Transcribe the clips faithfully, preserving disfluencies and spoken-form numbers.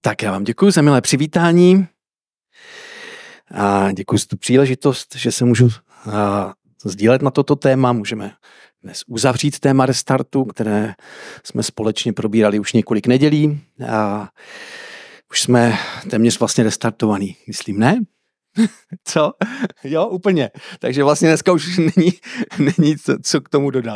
Tak já vám děkuji za milé přivítání a děkuji za tu příležitost, že se můžu a, sdílet na toto téma. Můžeme dnes uzavřít téma restartu, které jsme společně probírali už několik nedělí a už jsme téměř vlastně restartovaní, myslím, ne? Co? Jo, úplně. Takže vlastně dneska už není, není co, co k tomu dodat.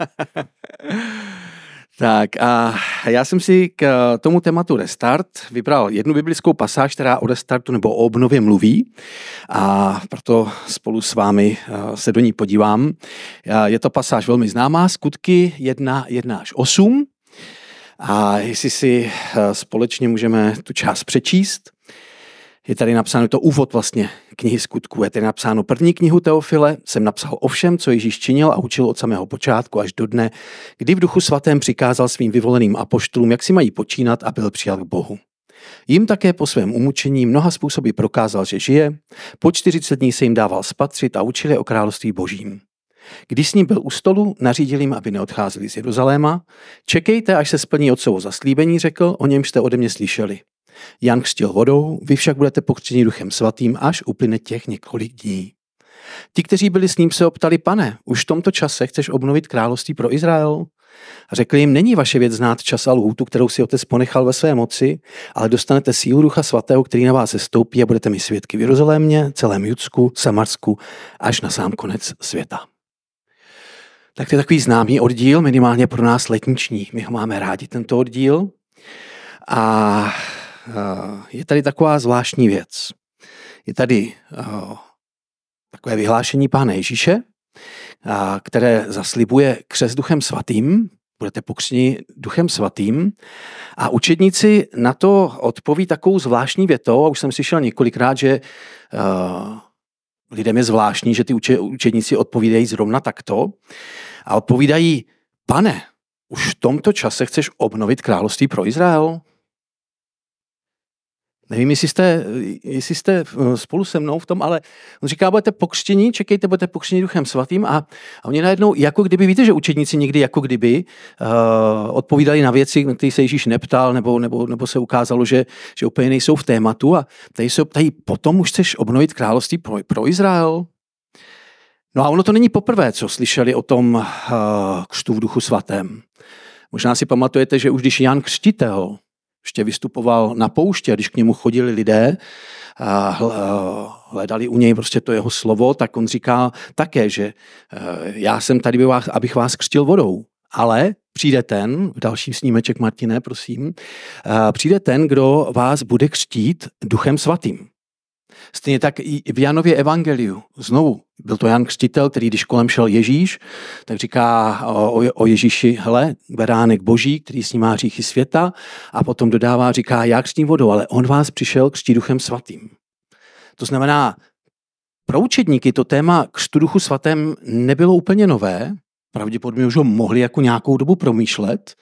Tak a já jsem si k tomu tématu restart vybral jednu biblickou pasáž, která o restartu nebo o obnově mluví, a proto spolu s vámi se do ní podívám. Je to pasáž velmi známá, Skutky jedna, jedna až osm, a jestli si společně můžeme tu část přečíst. Je tady napsáno, to úvod vlastně knihy Skutků. Je tady napsáno: první knihu Teofile jsem napsal o všem, co Ježíš činil a učil od samého počátku až do dne, kdy v Duchu svatém přikázal svým vyvoleným apoštolům, jak si mají počínat, a byl přijat k Bohu. Jim také po svém umučení mnoha způsoby prokázal, že žije. Po čtyřicet dní se jim dával spatřit a učil je o království božím. Když s ním byl u stolu, nařídil jim, aby neodcházeli z Jeruzaléma. Čekejte, až se splní otcovo zaslíbení, řekl, o něm jste ode mě slyšeli. Jan křtil vodou, vy však budete pokřtěni Duchem svatým, až uplyne těch několik dní. Ti, kteří byli s ním, se optali: Pane, už v tomto čase chceš obnovit království pro Izrael? A řekli jim: není vaše věc znát čas a lhůtu, kterou si otec ponechal ve své moci, ale dostanete sílu Ducha svatého, který na vás sestoupí, a budete mi svědky v Jeruzalémě, celém Judsku, Samarsku, až na sám konec světa. Tak to je takový známý oddíl, minimálně pro nás letniční. My ho máme rádi, tento oddíl. A je tady taková zvláštní věc. Je tady uh, takové vyhlášení Pána Ježíše, uh, které zaslibuje křest Duchem svatým, budete pokřtěni Duchem svatým, a učedníci na to odpoví takovou zvláštní větou, a už jsem slyšel několikrát, že uh, lidem je zvláštní, že ty uče, učedníci odpovídají zrovna takto, a odpovídají: Pane, už v tomto čase chceš obnovit království pro Izrael? Nevím, jestli jste, jestli jste spolu se mnou v tom, ale on říká: budete pokřtěni, čekejte, budete pokřtěni Duchem svatým, a, a oni najednou, jako kdyby, víte, že učedníci někdy jako kdyby uh, odpovídali na věci, na které se Ježíš neptal, nebo, nebo, nebo se ukázalo, že, že úplně nejsou v tématu, a tady se ptají: potom už chceš obnovit království pro, pro Izrael? No a ono to není poprvé, co slyšeli o tom uh, křtu v Duchu svatém. Možná si pamatujete, že už když Jan Křtitel ještě vystupoval na poušti, a když k němu chodili lidé a hledali u něj prostě to jeho slovo, tak on říká také, že já jsem tady, abych vás křtil vodou. Ale přijde ten, v další snímeček, Martine, prosím, přijde ten, kdo vás bude křtít Duchem svatým. Stejně tak i v Janově evangeliu. Znovu, byl to Jan Křtitel, který, když kolem šel Ježíš, tak říká o, o Ježíši: hele, beránek boží, který snímá hříchy světa, a potom dodává, říká: já křtím vodou, ale on vás přišel křtít Duchem svatým. To znamená, pro učedníky to téma křtu Duchu svatém nebylo úplně nové, pravděpodobně už ho mohli jako nějakou dobu promýšlet,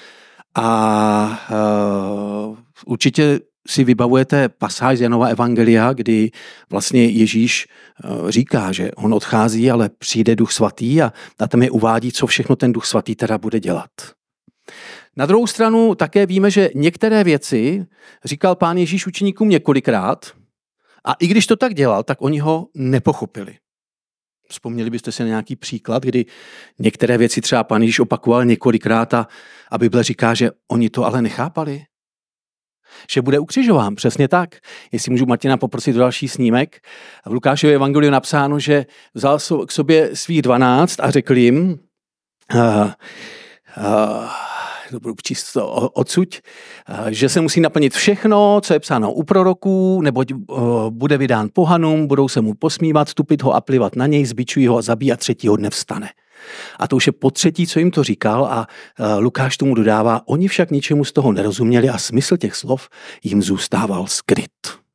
a uh, určitě si vybavujete pasáž z Janova evangelia, kdy vlastně Ježíš říká, že on odchází, ale přijde Duch svatý, a, a tam je uvádí, co všechno ten Duch svatý teda bude dělat. Na druhou stranu také víme, že některé věci říkal Pán Ježíš učeníkům několikrát, a i když to tak dělal, tak oni ho nepochopili. Vzpomněli byste si na nějaký příklad, kdy některé věci třeba Pán Ježíš opakoval několikrát, a, a Bible říká, že oni to ale nechápali. Že bude ukřižován, přesně tak. Jestli můžu Martina poprosit do další snímek. V Lukášově evangeliu napsáno, že vzal k sobě svých dvanáct a řekl jim, uh, uh, to budu číst to odsud, uh, že se musí naplnit všechno, co je psáno u proroků, neboť uh, bude vydán pohanům, budou se mu posmívat, tupit ho a plivat na něj, zbičují ho a zabíjí, a třetího dne vstane. A to už je po třetí, co jim to říkal, a Lukáš tomu dodává: oni však ničemu z toho nerozuměli a smysl těch slov jim zůstával skryt.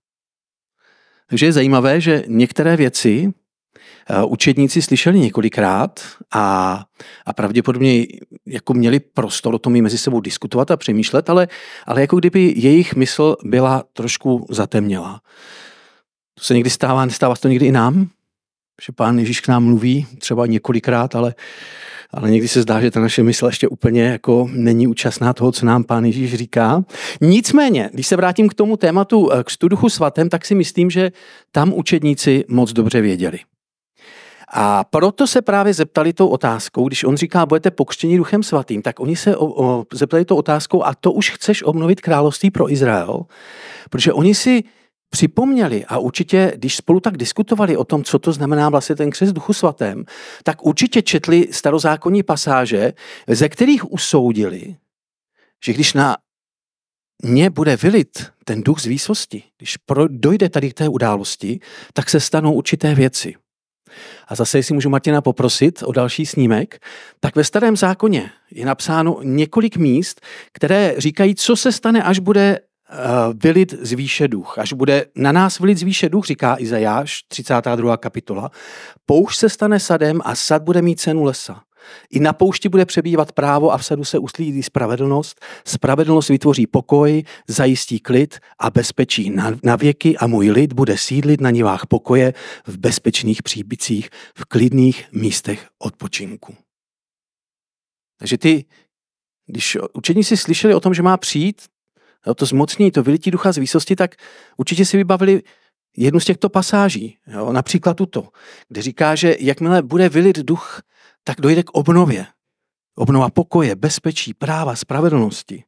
Takže je zajímavé, že některé věci učedníci slyšeli několikrát a, a pravděpodobně jako měli prostor o tom i mezi sebou diskutovat a přemýšlet, ale, ale jako kdyby jejich mysl byla trošku zatemnělá. To se někdy stává, nestává se to někdy i nám? že Pán Ježíš k nám mluví třeba několikrát, ale, ale někdy se zdá, že ta naše mysl ještě úplně jako není účastná toho, co nám Pán Ježíš říká. Nicméně, když se vrátím k tomu tématu k křtu Duchu svatém, tak si myslím, že tam učedníci moc dobře věděli. A proto se právě zeptali tou otázkou, když on říká, budete pokřtěni Duchem svatým, tak oni se o, o, zeptali tou otázkou, a to už chceš obnovit království pro Izrael? Protože oni si připomněli a určitě, když spolu tak diskutovali o tom, co to znamená vlastně ten křest Duchu svatém, tak určitě četli starozákonní pasáže, ze kterých usoudili, že když na ně bude vylit ten duch z výsosti, když dojde tady k té události, tak se stanou určité věci. A zase, jestli můžu Martina poprosit o další snímek, tak ve Starém zákoně je napsáno několik míst, které říkají, co se stane, až bude vylit z výše duch. Až bude na nás vylit z výše duch, říká Izajáš, třicátá druhá kapitola, poušť se stane sadem a sad bude mít cenu lesa. I na poušti bude přebývat právo a v sadu se uslídí spravedlnost. Spravedlnost vytvoří pokoj, zajistí klid a bezpečí na, na věky a můj lid bude sídlit na nivách pokoje v bezpečných příbycích, v klidných místech odpočinku. Takže ty, když učedníci slyšeli o tom, že má přijít to zmocnění, to vylití ducha z výsosti, tak určitě si vybavili jednu z těchto pasáží, jo, například tuto, kde říká, že jakmile bude vylit duch, tak dojde k obnově. Obnova pokoje, bezpečí, práva, spravedlnosti.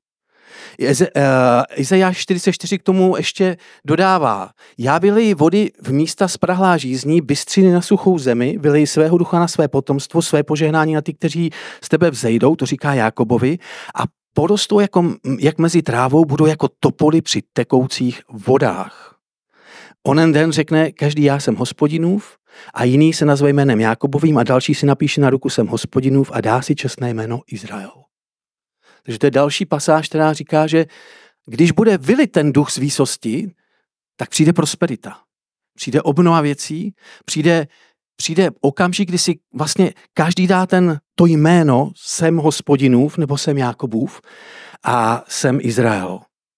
Izajáš čtyřicet čtyři k tomu ještě dodává. Já vyleji vody v místa sprahlá žízní, bystřiny na suchou zemi, vyleji svého ducha na své potomstvo, své požehnání na ty, kteří z tebe vzejdou, to říká Jákobovi, a porostou jako, jak mezi trávou, budou jako topoly při tekoucích vodách. Onen den řekne každý já jsem Hospodinův a jiný se nazve jménem Jákobovým a další si napíše na ruku jsem Hospodinův a dá si čestné jméno Izrael. Takže to je další pasáž, která říká, že když bude vylit ten duch z výsosti, tak přijde prosperita. Přijde obnova věcí, přijde, přijde okamžik, kdy si vlastně každý dá ten, to jméno jsem Hospodinův nebo jsem Jákobův a jsem Izrael.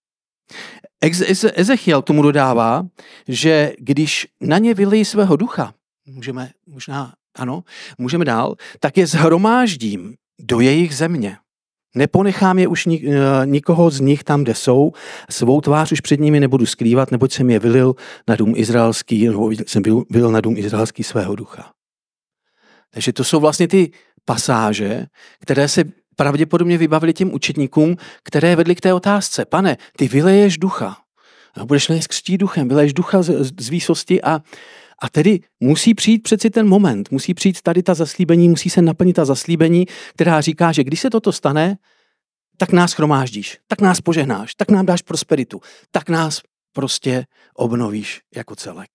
Ezechiel tomu dodává, že když na ně vylejí svého ducha, můžeme, možná, ano, můžeme dál, tak je shromáždím do jejich země. Neponechám je už nikoho z nich tam, kde jsou, svou tvář už před nimi nebudu skrývat, neboť jsem je vylil na dům izraelský, nebo jsem vylil na dům izraelský svého ducha. Takže to jsou vlastně ty pasáže, které se pravděpodobně vybavili těm učedníkům, které vedly k té otázce. Pane, ty vyleješ ducha. Budeš leješ křtít duchem, vyleješ ducha z, z výsosti a, a tedy musí přijít přeci ten moment, musí přijít tady ta zaslíbení, musí se naplnit ta zaslíbení, která říká, že když se toto stane, tak nás shromáždíš, tak nás požehnáš, tak nám dáš prosperitu, tak nás prostě obnovíš jako celek.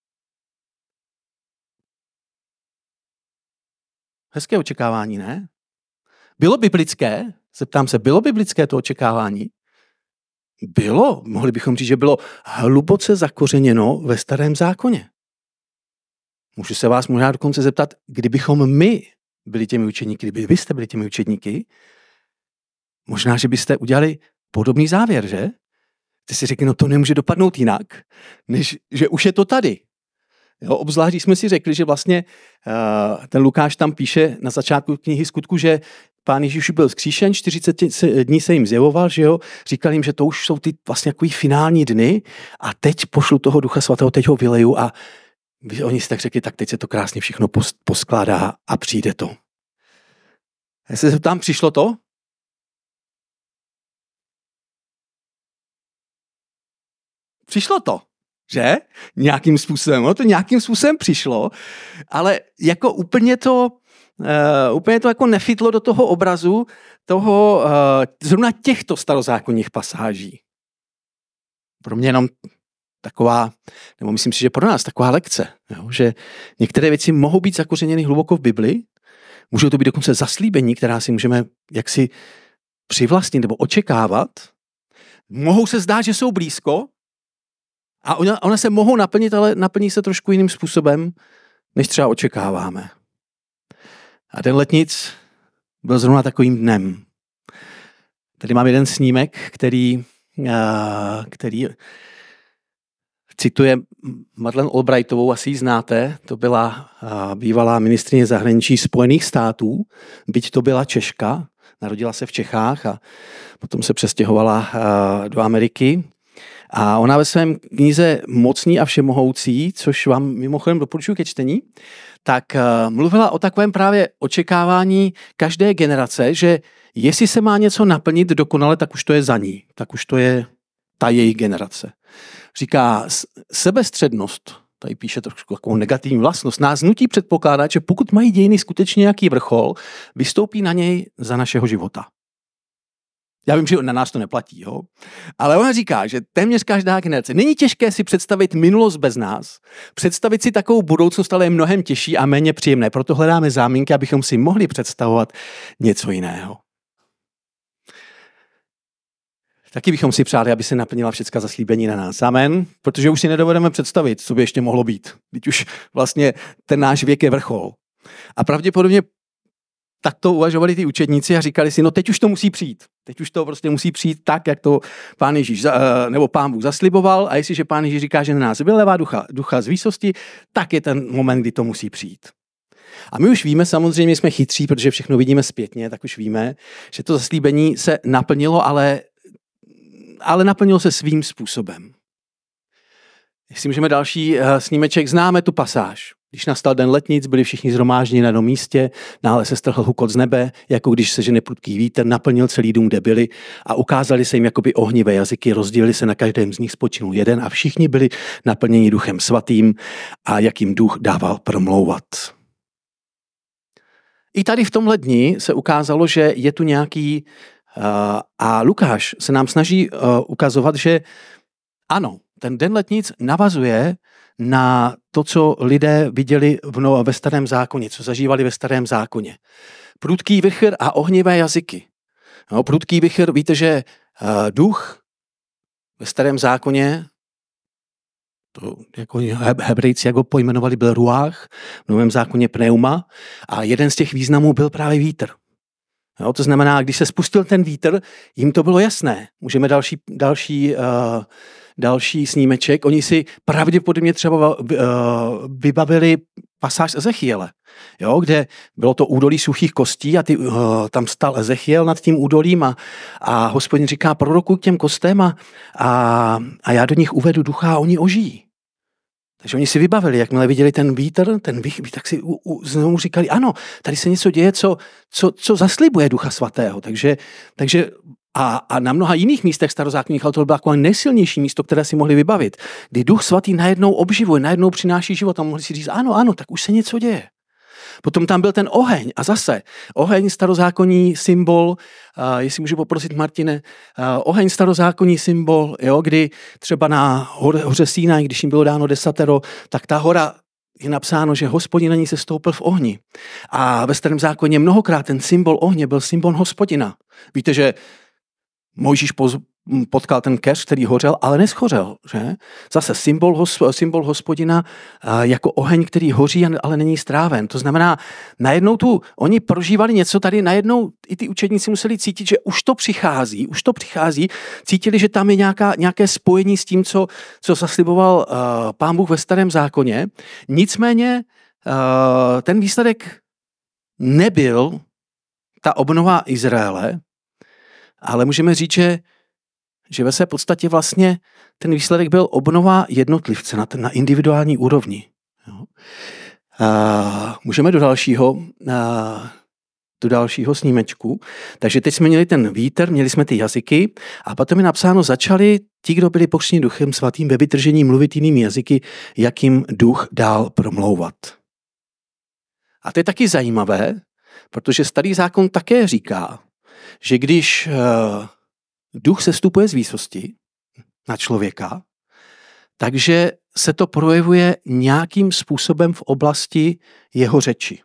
Hezké očekávání, ne? Bylo biblické? Zeptám se, bylo biblické to očekávání? Bylo. Mohli bychom říct, že bylo hluboce zakořeněno ve Starém zákoně. Můžu se vás možná dokonce zeptat, kdybychom my byli těmi učedníky, kdyby vy jste byli těmi učedníky, možná, že byste udělali podobný závěr, že? Ty si řekli, no to nemůže dopadnout jinak, než že už je to tady. Jo, obzvlášť jsme si řekli, že vlastně uh, ten Lukáš tam píše na začátku knihy Skutku, že Pán Ježíš byl vzkříšen, čtyřicet dní se jim zjevoval, že jo, říkal jim, že to už jsou ty vlastně takový finální dny a teď pošlu toho Ducha Svatého, teď ho vyleju a oni si tak řekli, tak teď se to krásně všechno poskládá a přijde to. Já se zeptám, přišlo to? Přišlo to. Že? Nějakým způsobem. No to nějakým způsobem přišlo, ale jako úplně to, uh, úplně to jako nefitlo do toho obrazu toho, uh, zrovna těchto starozákonních pasáží. Pro mě jenom taková, nebo myslím si, že pro nás taková lekce, jo? Že některé věci mohou být zakořeněny hluboko v Bibli, můžou to být dokonce zaslíbení, která si můžeme jaksi přivlastnit nebo očekávat. Mohou se zdát, že jsou blízko, a ona, ona se mohou naplnit, ale naplní se trošku jiným způsobem, než třeba očekáváme. A den letnic byl zrovna takovým dnem. Tady mám jeden snímek, který, který cituje Madeleine Albrightovou, asi ji znáte, to byla bývalá ministryně zahraničí Spojených států, byť to byla Češka, narodila se v Čechách a potom se přestěhovala do Ameriky. A ona ve svém knize Mocný a všemohoucí, což vám mimochodem doporučuji ke čtení, tak mluvila o takovém právě očekávání každé generace, že jestli se má něco naplnit dokonale, tak už to je za ní, tak už to je ta její generace. Říká, sebestřednost, tady píše trošku takovou negativní vlastnost, nás nutí předpokládat, že pokud mají dějiny skutečně nějaký vrchol, vystoupí na něj za našeho života. Já vím, že na nás to neplatí, jo? Ale ona říká, že téměř každá generace. Není těžké si představit minulost bez nás. Představit si takovou budoucnost, ale je mnohem těžší a méně příjemné. Proto hledáme záminky, abychom si mohli představovat něco jiného. Taky bychom si přáli, aby se naplnila všechna zaslíbení na nás. Amen. Protože už si nedovedeme představit, co by ještě mohlo být. Teď už vlastně ten náš věk je vrchol. A pravděpodobně tak to uvažovali ty učedníci a říkali si, no teď už to musí přijít. Teď už to prostě musí přijít tak, jak to Pán Ježíš nebo Pán Bůh zasliboval, a jestliže Pán Ježíš říká, že na nás vylevá ducha, ducha z výsosti, tak je ten moment, kdy to musí přijít. A my už víme, samozřejmě jsme chytří, protože všechno vidíme zpětně, tak už víme, že to zaslíbení se naplnilo, ale, ale naplnilo se svým způsobem. Jestli můžeme další snímeček, známe tu pasáž. Když nastal den letnic, byli všichni shromážděni na jednom místě, náhle se strhl hukot z nebe, jako když se žene prudký vítr, naplnil celý dům, kde byli, a ukázali se jim jakoby ohnivé jazyky, rozdělili se, na každém z nich spočinul jeden a všichni byli naplněni Duchem svatým a jak jim duch dával promlouvat. I tady v tomhle dni se ukázalo, že je tu nějaký, uh, a Lukáš se nám snaží uh, ukazovat, že ano, ten den letnic navazuje na to, co lidé viděli v no, ve starém zákoně, co zažívali ve starém zákoně. Prudký vichr a ohnivé jazyky. No, prudký vichr, víte, že uh, duch ve starém zákoně, to jako Hebrejci jak ho pojmenovali, byl ruách, v novém zákoně pneuma, a jeden z těch významů byl právě vítr. No, to znamená, když se spustil ten vítr, jim to bylo jasné. Můžeme další, další uh, Další snímeček. Oni si pravděpodobně třeba vybavili pasáž Ezechiele, jo, kde bylo to údolí suchých kostí a ty, uh, tam stál Ezechiel nad tím údolím a, a Hospodin říká, prorokuj k těm kostem a, a, a já do nich uvedu ducha a oni ožijí. Takže oni si vybavili, jakmile viděli ten vítr, ten vítr, tak si u, u, znovu říkali, ano, tady se něco děje, co, co, co zaslibuje Ducha svatého. Takže, takže A, a na mnoha jiných místech starozákonních, ale to bylo takové nejsilnější místo, které si mohli vybavit, kdy Duch svatý najednou obživuje, najednou přináší život a mohli si říct, ano, ano, tak už se něco děje. Potom tam byl ten oheň a zase oheň starozákonní symbol, uh, jestli můžu poprosit Martine, uh, oheň starozákonní symbol, jo, kdy třeba na hoře, hoře Sinaj, když jim bylo dáno desatero, tak ta hora je napsáno, že Hospodin na ní se stoupil v ohni. A ve starém zákoně mnohokrát ten symbol ohně byl symbol Hospodina. Víte, že Mojžíš potkal ten keř, který hořel, ale neschořel. Že? Zase symbol, symbol Hospodina jako oheň, který hoří, ale není stráven. To znamená, najednou tu, oni prožívali něco tady, najednou i ty učedníci museli cítit, že už to přichází, už to přichází, cítili, že tam je nějaká, nějaké spojení s tím, co, co zasliboval uh, Pán Bůh ve starém zákoně. Nicméně uh, ten výsledek nebyl ta obnova Izraele, ale můžeme říct, že, že ve své podstatě vlastně ten výsledek byl obnova jednotlivce na, na individuální úrovni. Jo. A můžeme do dalšího, a, do dalšího snímečku. Takže teď jsme měli ten vítr, měli jsme ty jazyky a potom je napsáno, začali ti, kdo byli pokřtěni Duchem svatým ve vytržení mluvit jinými jazyky, jak jim duch dál promlouvat. A to je taky zajímavé, protože starý zákon také říká, že když uh, duch sestupuje z výsosti na člověka, takže se to projevuje nějakým způsobem v oblasti jeho řeči.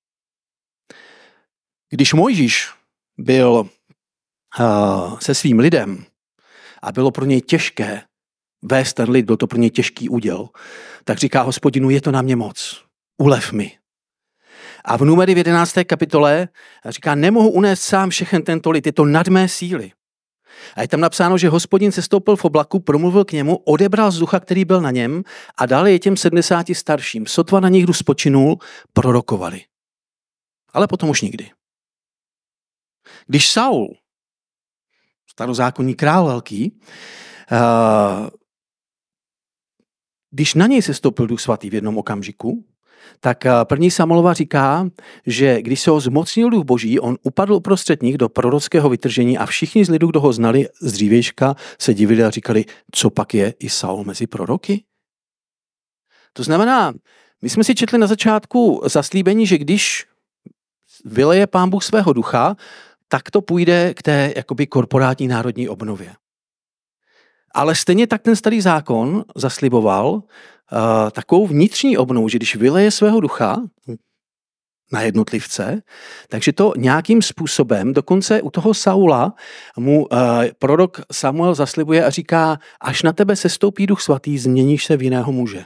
Když Mojžíš byl uh, se svým lidem a bylo pro něj těžké vést ten lid, byl to pro něj těžký úděl, tak říká Hospodinu, je to na mě moc, ulev mi. A v Númery v jedenácté kapitole říká, nemohu unést sám všechen tento lid, je to nad mé síly. A je tam napsáno, že Hospodin sestoupil v oblaku, promluvil k němu, odebral z ducha, který byl na něm a dal je těm sedmdesáti starším. Sotva na nich kdo spočinul, prorokovali. Ale potom už nikdy. Když Saul, starozákonní král velký, když na něj sestoupil Duch svatý v jednom okamžiku, tak první Samuelova říká, že když se ho zmocnil Duch Boží, on upadl uprostřed nich do prorockého vytržení a všichni z lidu, kdo ho znali z dřívějška, se divili a říkali, co pak je i Saul mezi proroky? To znamená, my jsme si četli na začátku zaslíbení, že když vyleje Pán Bůh svého ducha, tak to půjde k té jakoby korporátní národní obnově. Ale stejně tak ten starý zákon zasliboval uh, takovou vnitřní obnovu, že když vyleje svého ducha na jednotlivce, takže to nějakým způsobem, dokonce u toho Saula mu uh, prorok Samuel zaslibuje a říká, až na tebe sestoupí Duch svatý, změníš se v jiného muže.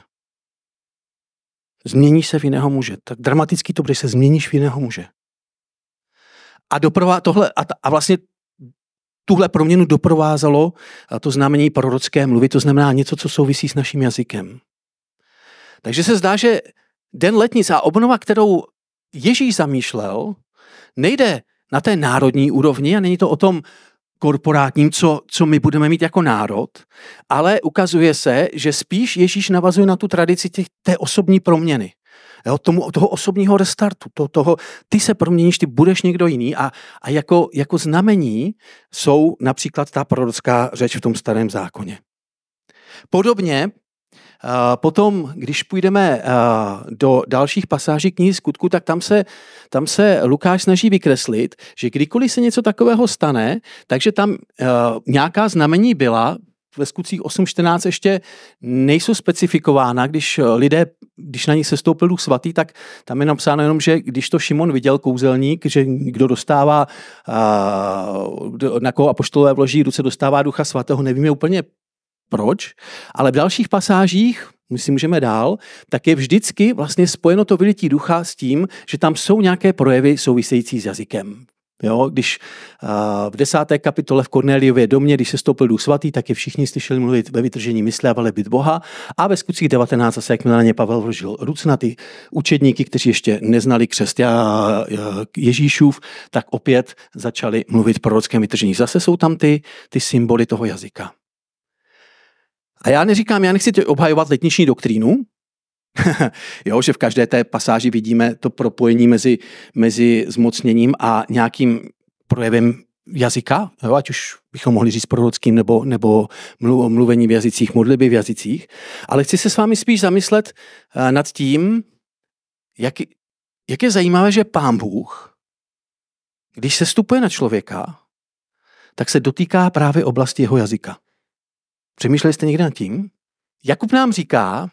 Změníš se v jiného muže. Tak dramaticky to bude, se změníš v jiného muže. A, doprová, tohle, a, a vlastně tuhle proměnu doprovázalo to znamení prorocké mluvy, to znamená něco, co souvisí s naším jazykem. Takže se zdá, že den letnic a obnova, kterou Ježíš zamýšlel, nejde na té národní úrovni a není to o tom korporátním, co, co my budeme mít jako národ, ale ukazuje se, že spíš Ježíš navazuje na tu tradici těch, té osobní proměny. Jo, tomu, toho osobního restartu, to, toho, ty se proměníš, ty budeš někdo jiný a, a jako, jako znamení jsou například ta prorocká řeč v tom starém zákoně. Podobně uh, potom, když půjdeme uh, do dalších pasáží knihy Skutků, tak tam se, tam se Lukáš snaží vykreslit, že kdykoliv se něco takového stane, takže tam uh, nějaká znamení byla, ve Skutcích osm čtrnáct ještě nejsou specifikována, když lidé, když na nich sestoupil Duch svatý, tak tam je napsáno jenom, že když to Šimon viděl, kouzelník, že kdo dostává, na koho apoštolové vloží ruce, dostává Ducha svatého, nevíme úplně proč, ale v dalších pasážích, my si můžeme dál, tak je vždycky vlastně spojeno to vylití ducha s tím, že tam jsou nějaké projevy související s jazykem. Jo, když uh, v desáté kapitole v Kornéliově domě, když se stoupil Duch svatý, tak je všichni slyšeli mluvit ve vytržení mysli a velebit Boha. A ve Skutcích devatenáct, zase jakmile na ně Pavel vložil ruce na ty učedníky, kteří ještě neznali křesťa Ježíšův, tak opět začali mluvit prorockém vytržení. Zase jsou tam ty, ty symboly toho jazyka. A já neříkám, já nechci obhajovat letniční doktrínu, jo, že v každé té pasáži vidíme to propojení mezi, mezi zmocněním a nějakým projevem jazyka, jo, ať už bychom mohli říct prorockým nebo, nebo mluvení v jazycích, modlitby v jazycích, ale chci se s vámi spíš zamyslet nad tím, jak, jak je zajímavé, že Pán Bůh, když se vstupuje na člověka, tak se dotýká právě oblasti jeho jazyka. Přemýšleli jste někdy nad tím? Jakub nám říká,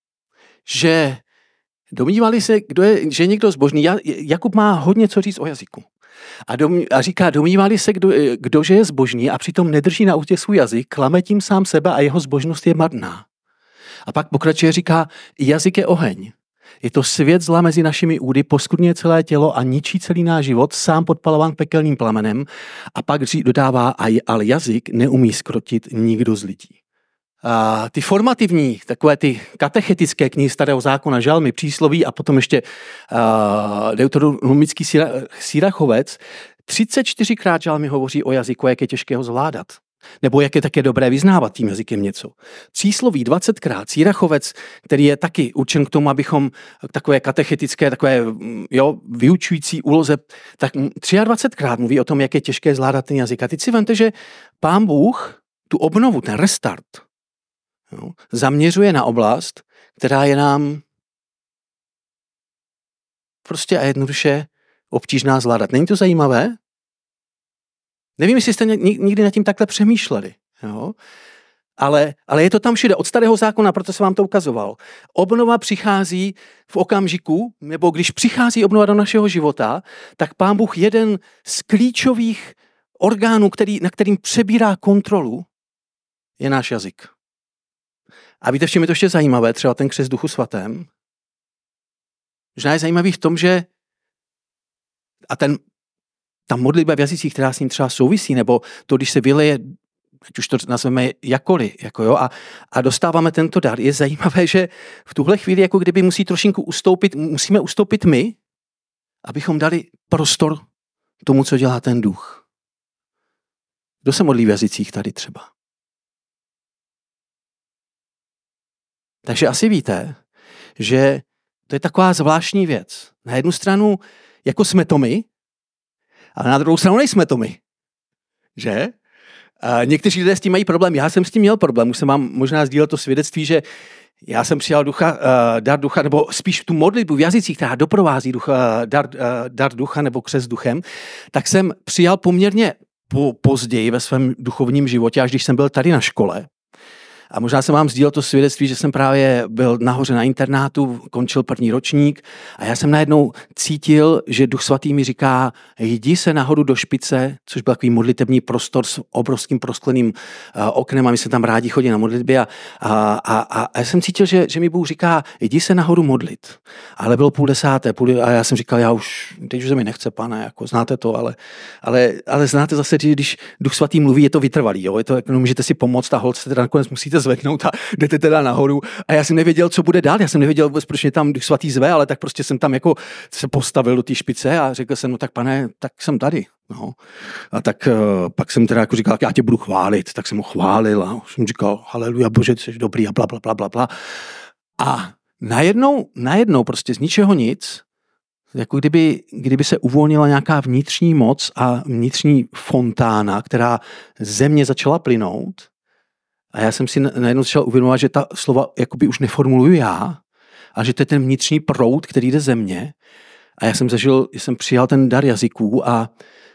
že domnívali se, kdo je, že je někdo zbožný. Jakub má hodně co říct o jazyku. A, dom, a říká, domnívali se, kdo, kdo že je zbožný a přitom nedrží na útě svůj jazyk, klame tím sám sebe a jeho zbožnost je marná. A pak pokračuje, říká, jazyk je oheň. Je to svět zla mezi našimi údy, poskvrňuje celé tělo a ničí celý náš život, sám podpalován pekelným plamenem. A pak dodává, ale jazyk neumí zkrotit nikdo z lidí. A ty formativní, takové ty katechetické knihy Starého zákona, žalmy, přísloví a potom ještě uh, deuteronomický Sýrachovec, třicet čtyřikrát žalmy hovoří o jazyku, jak je těžké ho zvládat. Nebo jak je také dobré vyznávat tím jazykem něco. Přísloví dvacetkrát, Sýrachovec, který je taky určen k tomu, abychom takové katechetické, takové jo, vyučující úloze, tak dvacetkrát mluví o tom, jak je těžké zvládat ten jazyk. A teď si vemte, že Pán Bůh tu obnovu, ten restart, jo, zaměřuje na oblast, která je nám prostě a jednoduše obtížná zvládat. Není to zajímavé? Nevím, jestli jste nikdy nad tím takhle přemýšleli. Jo? Ale, ale je to tam všude, od Starého zákona, proto jsem vám to ukazoval. Obnova přichází v okamžiku, nebo když přichází obnova do našeho života, tak Pán Bůh jeden z klíčových orgánů, který, na kterým přebírá kontrolu, je náš jazyk. A víte, v čem je to ještě zajímavé, třeba ten křest Duchu svatém? Možná je zajímavý v tom, že a ten ta modlitba v jazycích, která s ním třeba souvisí, nebo to, když se vyleje, ať už to nazveme jakkoliv, jako jo, a, a dostáváme tento dar. Je zajímavé, že v tuhle chvíli, jako kdyby musí trošinku ustoupit, musíme ustoupit my, abychom dali prostor tomu, co dělá ten duch. Kdo se modlí v jazycích tady třeba? Takže asi víte, že to je taková zvláštní věc. Na jednu stranu, jako jsme to my, ale na druhou stranu nejsme to my. Že? A někteří lidé s tím mají problém. Já jsem s tím měl problém. Už jsem vám možná sdílel to svědectví, že já jsem přijal ducha, uh, dar ducha, nebo spíš tu modlitbu v jazycích, která doprovází ducha, dar, uh, dar ducha nebo křest duchem, tak jsem přijal poměrně po, později ve svém duchovním životě, až když jsem byl tady na škole. A možná jsem vám sdílel to svědectví, že jsem právě byl nahoře na internátu, končil první ročník a já jsem najednou cítil, že Duch Svatý mi říká, jdi se nahoru do špice, což byl takový modlitební prostor s obrovským proskleným uh, oknem a my se tam rádi chodí na modlitbě a, a, a, a já jsem cítil, že, že mi Bůh říká, jdi se nahoru modlit. Ale bylo půl desáté půl, a já jsem říkal, já už, teď už se mi nechce, pane, jako znáte to, ale, ale, ale znáte zase, že když Duch Svatý mluví, je to vytrvalý, jo? Je to, no, můžete si pomoct a holt se teda nakonec musíte zvednout a jdete teda nahoru. A já jsem nevěděl, co bude dál. Já jsem nevěděl vůbec, proč mě tam Duch Svatý zve, ale tak prostě jsem tam jako se postavil do té špice a řekl jsem, no tak pane, tak jsem tady. No. A tak uh, pak jsem teda jako říkal, já tě budu chválit. Tak jsem ho chválil a jsem říkal, haleluja, Bože, jsi dobrý a bla, bla, bla, bla, bla. A najednou, najednou prostě z ničeho nic, jako kdyby, kdyby se uvolnila nějaká vnitřní moc a vnitřní fontána, která ze mě začala plynout. A já jsem si najednou začal uvědomovat, že ta slova jakoby už neformuluju já, a že to je ten vnitřní proud, který jde ze mě. A já jsem zažil, jsem přijal ten dar jazyků a,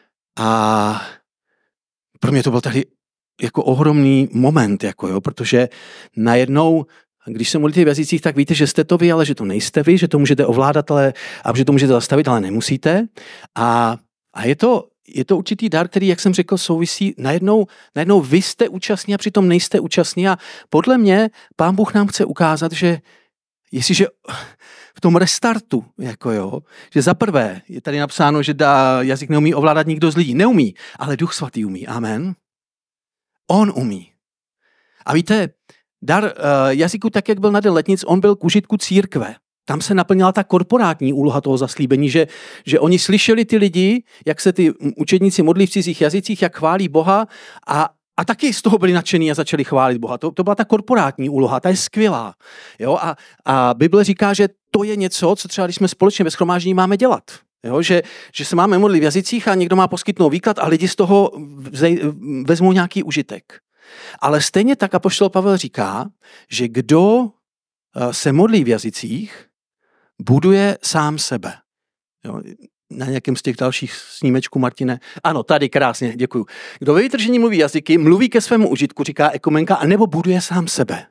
a pro mě to byl tady jako ohromný moment, jako jo, protože najednou, když se modlíte v jazycích, tak víte, že jste to vy, ale že to nejste vy, že to můžete ovládat, ale, a že to můžete zastavit, ale nemusíte. A, a je to Je to určitý dar, který, jak jsem řekl, souvisí najednou, najednou vy jste účastní a přitom nejste účastní a podle mě Pán Bůh nám chce ukázat, že jestliže v tom restartu, jako jo, že za prvé je tady napsáno, že dá, jazyk neumí ovládat nikdo z lidí. Neumí, ale Duch Svatý umí. Amen. On umí. A víte, dar uh, jazyku, tak jak byl na Den letnic, on byl k užitku církve. Tam se naplnila ta korporátní úloha toho zaslíbení, že, že oni slyšeli ty lidi, jak se ty učedníci modlí v cizích jazycích, jak chválí Boha a, a taky z toho byli nadšení a začali chválit Boha. To, to byla ta korporátní úloha, ta je skvělá. Jo? A, a Bible říká, že to je něco, co třeba když jsme společně ve shromáždění máme dělat. Jo? Že, že se máme modlit v jazycích a někdo má poskytnout výklad a lidi z toho vzej, vezmou nějaký užitek. Ale stejně tak apoštol Pavel říká, že kdo se modlí v jazycích, buduje sám sebe. Jo, na nějakém z těch dalších snímečků, Martine. Ano, tady krásně, děkuju. Kdo ve vytržení mluví jazyky, mluví ke svému užitku, říká ekumenka, anebo buduje sám sebe.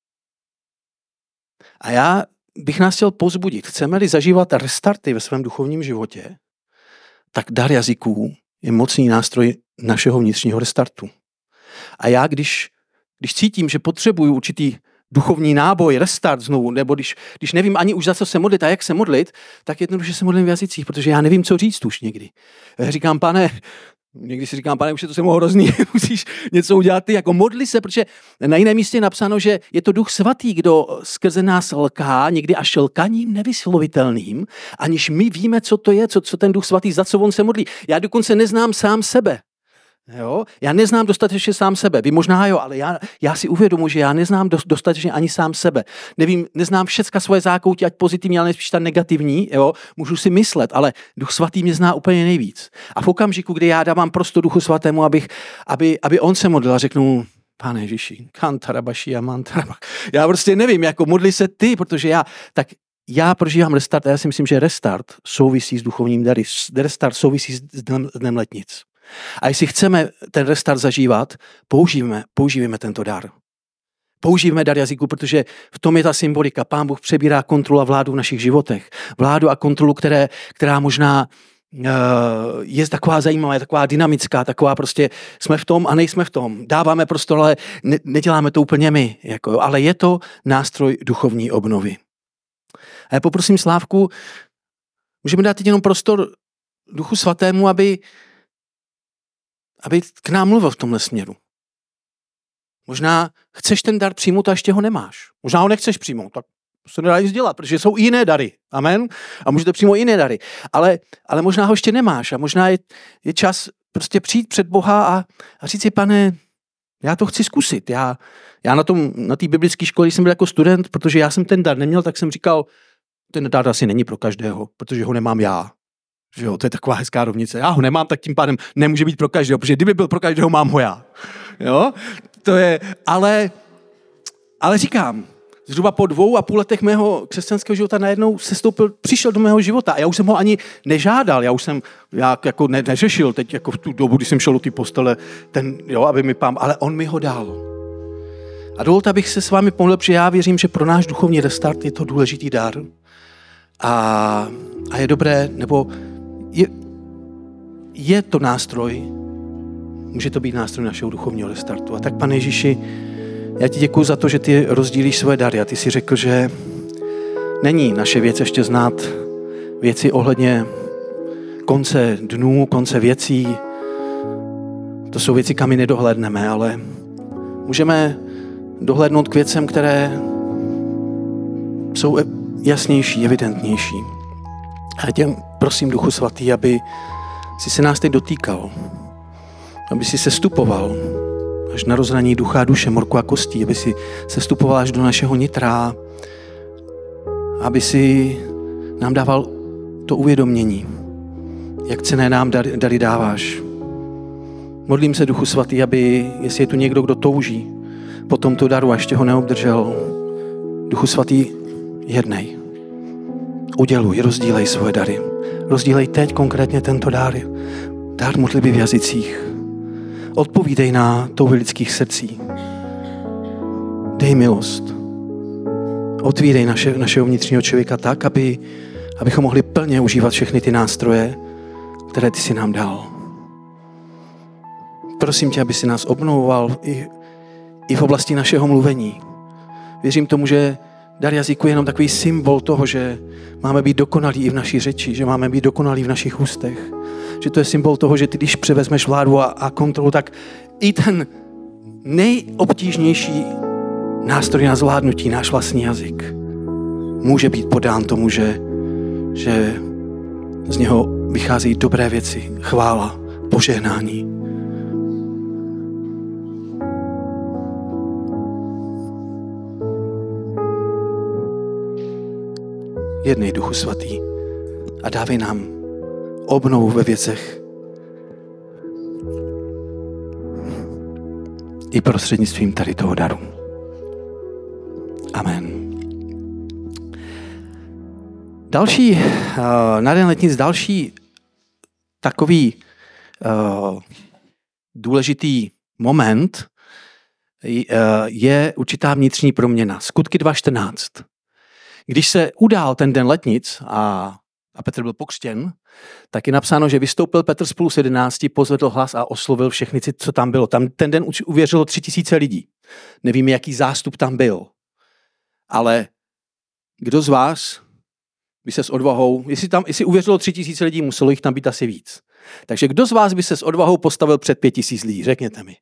A já bych nás chtěl povzbudit. Chceme-li zažívat restarty ve svém duchovním životě, tak dar jazyků je mocný nástroj našeho vnitřního restartu. A já, když, když cítím, že potřebuju určitý duchovní náboj, restart znovu, nebo když, když nevím ani už za co se modlit a jak se modlit, tak jednoduše se modlím v jazycích, protože já nevím, co říct už někdy. Já říkám, pane, někdy si říkám, pane, už je to se mu hrozný, musíš něco udělat ty, jako modli se, protože na jiném místě je napsáno, že je to Duch Svatý, kdo skrze nás lká, někdy až lkaním nevyslovitelným, aniž my víme, co to je, co, co ten Duch Svatý, za co on se modlí. Já dokonce neznám sám sebe. Jo? Já neznám dostatečně sám sebe. Vy možná jo, ale já, já si uvědomuji, že já neznám dostatečně ani sám sebe. Nevím, neznám všechna svoje zákoutí, ať pozitivní, ale spíš ta negativní. Jo? Můžu si myslet, ale Duch Svatý mě zná úplně nejvíc. A v okamžiku, kdy já dávám prostor Duchu Svatému, abych, aby, aby on se modlil a řeknu, Pane Ježíši, kantarabaši a mantarabach. Já prostě nevím, jako modli se ty, protože já, tak já prožívám restart a já si myslím, že restart souvisí s duchovním dary. Restart souvisí s dnem, s dnem letnic. A jestli chceme ten restart zažívat, použijeme, použijeme tento dar. Použijeme dar jazyku, protože v tom je ta symbolika. Pán Bůh přebírá kontrolu a vládu v našich životech. Vládu a kontrolu, které, která možná uh, je taková zajímavá, je taková dynamická, taková prostě jsme v tom a nejsme v tom. Dáváme prostor, ale ne, neděláme to úplně my. Jako, ale je to nástroj duchovní obnovy. A já poprosím Slávku, můžeme dát teď jenom prostor Duchu Svatému, aby aby k nám mluvil v tomhle směru. Možná chceš ten dar přijmout a ještě ho nemáš. Možná ho nechceš přijmout, tak se nedá nic dělat, protože jsou i jiné dary. Amen. A můžete přijmout jiné dary. Ale, ale možná ho ještě nemáš a možná je, je čas prostě přijít před Boha a, a říct si, pane, já to chci zkusit. Já, já na tom, na té biblické škole, když jsem byl jako student, protože já jsem ten dar neměl, tak jsem říkal, ten dar asi není pro každého, protože ho nemám já. Že jo, to je taková hezká rovnice. Já ho nemám, tak tím pádem nemůže být pro každého, protože kdyby byl pro každého, mám ho já. Jo, to je, ale, ale říkám, zhruba po dvou a půl letech mého křesťanského života najednou se stoupil, přišel do mého života a já už jsem ho ani nežádal, já už jsem já jako ne, neřešil teď jako v tu dobu, kdy jsem šel do té postele, ten, jo, aby mi pán, ale on mi ho dal. A dovolte, abych se s vámi pomluvil, protože já věřím, že pro náš duchovní restart je to důležitý dar. A, a je dobré, nebo je, je to nástroj, může to být nástroj našeho duchovního restartu. A tak, Pane Ježíši, já ti děkuju za to, že ty rozdílíš svoje dary a ty jsi řekl, že není naše věc ještě znát věci ohledně konce dnů, konce věcí. To jsou věci, kam my nedohlédneme, ale můžeme dohlédnout k věcem, které jsou jasnější, evidentnější. A já tě prosím, Duchu Svatý, aby si se nás teď dotýkal, aby si sestupoval až na rozhraní ducha a duše, morku a kostí, aby si sestupoval až do našeho nitra, aby si nám dával to uvědomění, jak cenné nám dary, dary dáváš. Modlím se, Duchu Svatý, aby, jestli je tu někdo, kdo touží po tomto daru a ještě ho neobdržel, Duchu Svatý, jednej. Uděluj, rozdílej svoje dary. Rozdílej teď konkrétně tento dar. Dar modlitby v jazycích. Odpovídej na touhy lidských srdcí. Dej milost. Otvírej naše, našeho vnitřního člověka tak, aby, abychom mohli plně užívat všechny ty nástroje, které ty si nám dal. Prosím tě, aby si nás obnovoval i, i v oblasti našeho mluvení. Věřím tomu, že dar jazyku je jenom takový symbol toho, že máme být dokonalí i v naší řeči, že máme být dokonalí v našich ústech. Že to je symbol toho, že ty, když převezmeš vládu a, a kontrolu, tak i ten nejobtížnější nástroj na zvládnutí, náš vlastní jazyk, může být podán tomu, že, že z něho vycházejí dobré věci, chvála, požehnání. Jednej, Duchu Svatý, a dávej nám obnovu ve věcech i prostřednictvím tady toho daru. Amen. Další, uh, na den letnic další takový uh, důležitý moment uh, je určitá vnitřní proměna. Skutky dva čtrnáct. Když se udál ten den letnic a, a Petr byl pokřtěn, tak je napsáno, že vystoupil Petr spolu s jedenácti, pozvedl hlas a oslovil všechny, co tam bylo. Tam ten den uvěřilo tři tisíce lidí. Nevíme, jaký zástup tam byl. Ale kdo z vás by se s odvahou, jestli tam, jestli uvěřilo tři tisíce lidí, muselo jich tam být asi víc. Takže kdo z vás by se s odvahou postavil před pět tisíc lidí? Řekněte mi.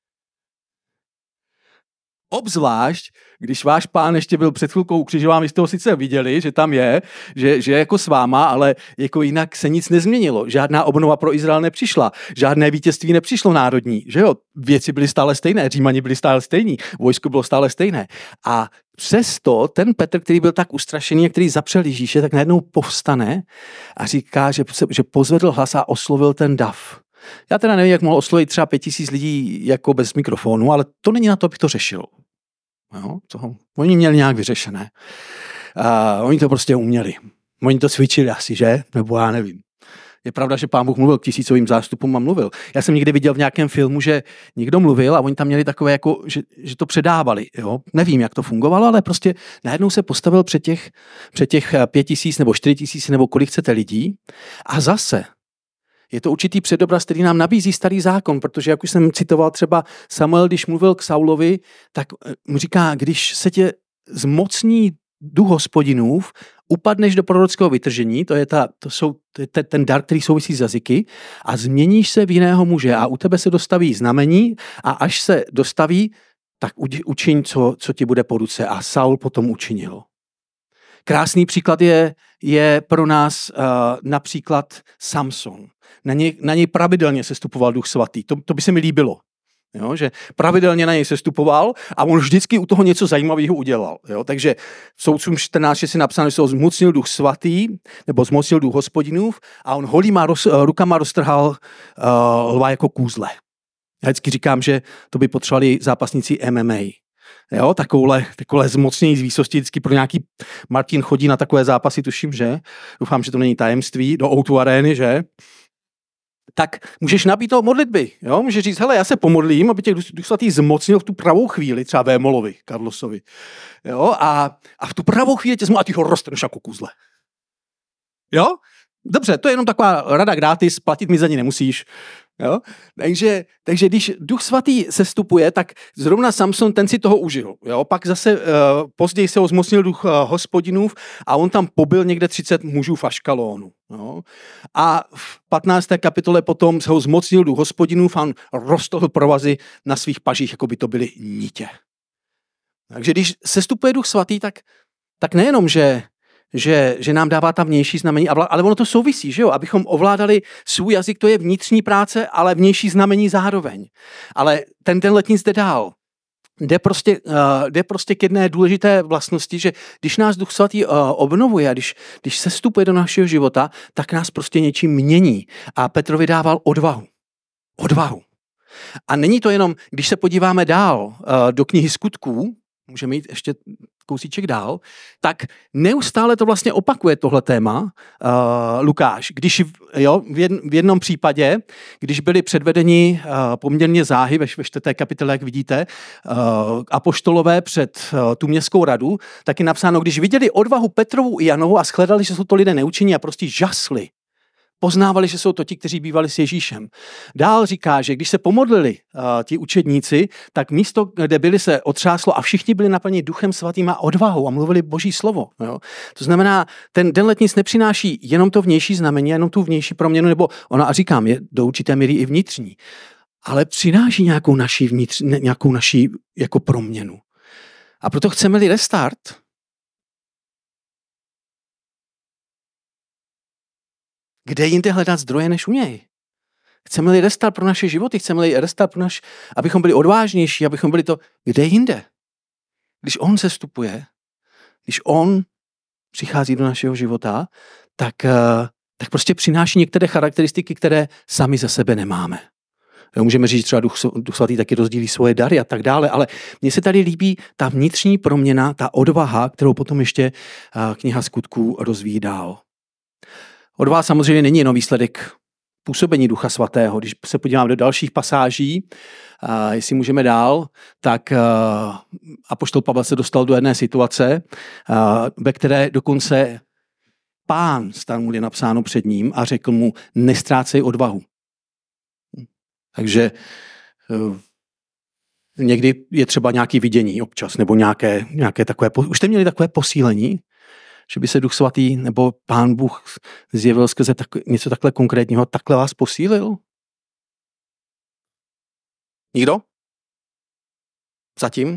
Obzvlášť, když váš pán ještě byl před chvilkou ukřižován, vy jste ho sice viděli, že tam je, že, že je jako s váma, ale jako jinak se nic nezměnilo. Žádná obnova pro Izrael nepřišla, žádné vítězství nepřišlo národní, že jo? Věci byly stále stejné, Římani byli stále stejní, vojsko bylo stále stejné. A přesto ten Petr, který byl tak ustrašený a který zapřel Ježíše, tak najednou povstane a říká, že, že pozvedl hlas a oslovil ten dav. Já teda nevím, jak mohl oslovit třeba pět tisíc lidí jako bez mikrofonu, ale to není na to, abych to řešil. Jo, toho. Oni měli nějak vyřešené. Uh, oni to prostě uměli. Oni to cvičili asi, že? Nebo já nevím. Je pravda, že pán Bůh mluvil k tisícovým zástupům a mluvil. Já jsem někdy viděl v nějakém filmu, že někdo mluvil a oni tam měli takové, jako, že, že to předávali. Jo? Nevím, jak to fungovalo, ale prostě najednou se postavil před těch, před těch pět tisíc nebo čtyři tisíce nebo kolik chcete lidí a zase je to určitý předobraz, který nám nabízí starý zákon, protože jak už jsem citoval třeba Samuel, když mluvil k Saulovi, tak mu říká, když se tě zmocní duch Hospodinův, upadneš do prorockého vytržení, to je, ta, to jsou, to je ten dar, který souvisí s jazyky, a změníš se v jiného muže a u tebe se dostaví znamení a až se dostaví, tak učiň, co, co ti bude po ruce. A Saul potom učinil. Krásný příklad je, je pro nás uh, například Samson. Na něj, na něj pravidelně sestupoval Duch Svatý. To, to by se mi líbilo. Jo, že pravidelně na něj sestupoval a on vždycky u toho něco zajímavého udělal. Jo, takže v Soudcům čtrnáct šest je napsáno, že se ho zmocnil Duch Svatý, nebo zmocnil Duch Hospodinův a on holýma roz, rukama roztrhal uh, lva jako kůzle. Já vždycky říkám, že to by potřebovali zápasníci M M A. Jo, takovouhle, takovouhle zmocnění z výsosti, vždycky pro nějaký Martin chodí na takové zápasy, tuším, že? Doufám, že to není tajemství, do O dva arény, že? Tak můžeš nabít toho modlitby, jo? Můžeš říct, hele, já se pomodlím, aby tě Duch Svatý zmocnil v tu pravou chvíli, třeba Vémolovi, Karlosovi, jo? A, a v tu pravou chvíli tě zmocnil a ty ho roztrhneš jako kůzle. Jo? Dobře, to je jenom taková rada gratis, platit mi za ní nemusíš. Jo? Takže, takže když Duch Svatý sestupuje, tak zrovna Samson ten si toho užil. Jo? Pak zase uh, později se ho zmocnil Duch uh, Hospodinův a on tam pobil někde třicet mužů v Aškalónu. Jo? A v patnácté kapitole potom se ho zmocnil Duch Hospodinův a on roztohl provazy na svých pažích, jako by to byly nitě. Takže když sestupuje Duch Svatý, tak, tak nejenom, že Že, že nám dává tam vnější znamení, ale ono to souvisí, že jo? Abychom ovládali svůj jazyk, to je vnitřní práce, ale vnější znamení zároveň. Ale ten, ten letnic jde dál. Jde prostě, uh, jde prostě k jedné důležité vlastnosti, že když nás Duch Svatý uh, obnovuje a když, když se vstupuje do našeho života, tak nás prostě něčím mění. A Petrovi dával odvahu. Odvahu. A není to jenom, když se podíváme dál uh, do knihy Skutků, můžeme jít ještě kousíček dál, tak neustále to vlastně opakuje tohle téma uh, Lukáš. Když jo, v jednom případě, když byli předvedeni uh, poměrně záhy, ve, ve čtvrté kapitole, jak vidíte, uh, apoštolové před uh, tu městskou radu, tak je napsáno, když viděli odvahu Petrovu i Janovu a shledali, že jsou to lidé neučení a prostě žasli. Poznávali, že jsou to ti, kteří bývali s Ježíšem. Dál říká, že když se pomodlili uh, ti učedníci, tak místo, kde byli, se otřáslo a všichni byli naplněni Duchem Svatým a odvahou a mluvili Boží slovo. Jo? To znamená, ten den letnic nepřináší jenom to vnější znamení, jenom tu vnější proměnu, nebo ona, a říkám, je do určité míry i vnitřní, ale přináší nějakou naší, vnitř, nějakou naší jako proměnu. A proto chceme-li restart, kde jinde hledat zdroje než u něj? Chceme-li restart pro naše životy, chceme-li restart pro naš, abychom byli odvážnější, abychom byli to, kde jinde? Když on se vstupuje, když on přichází do našeho života, tak, tak prostě přináší některé charakteristiky, které sami za sebe nemáme. Jo, můžeme říct, třeba Duch, Duch Svatý taky rozdílí svoje dary a tak dále, ale mně se tady líbí ta vnitřní proměna, ta odvaha, kterou potom ještě kniha Skutků rozvíjí dál. Odvaha samozřejmě není jenom výsledek působení Ducha Svatého. Když se podíváme do dalších pasáží, a jestli můžeme dál, tak apoštol Pavel se dostal do jedné situace, ve které dokonce Pán stanul, je napsáno před ním a řekl mu, nestrácej odvahu. Takže někdy je třeba nějaké vidění občas, nebo nějaké, nějaké takové, už jste měli takové posílení, že by se Duch Svatý nebo Pán Bůh zjevil skrze tak, něco takhle konkrétního, takhle vás posílil? Nikdo? Zatím?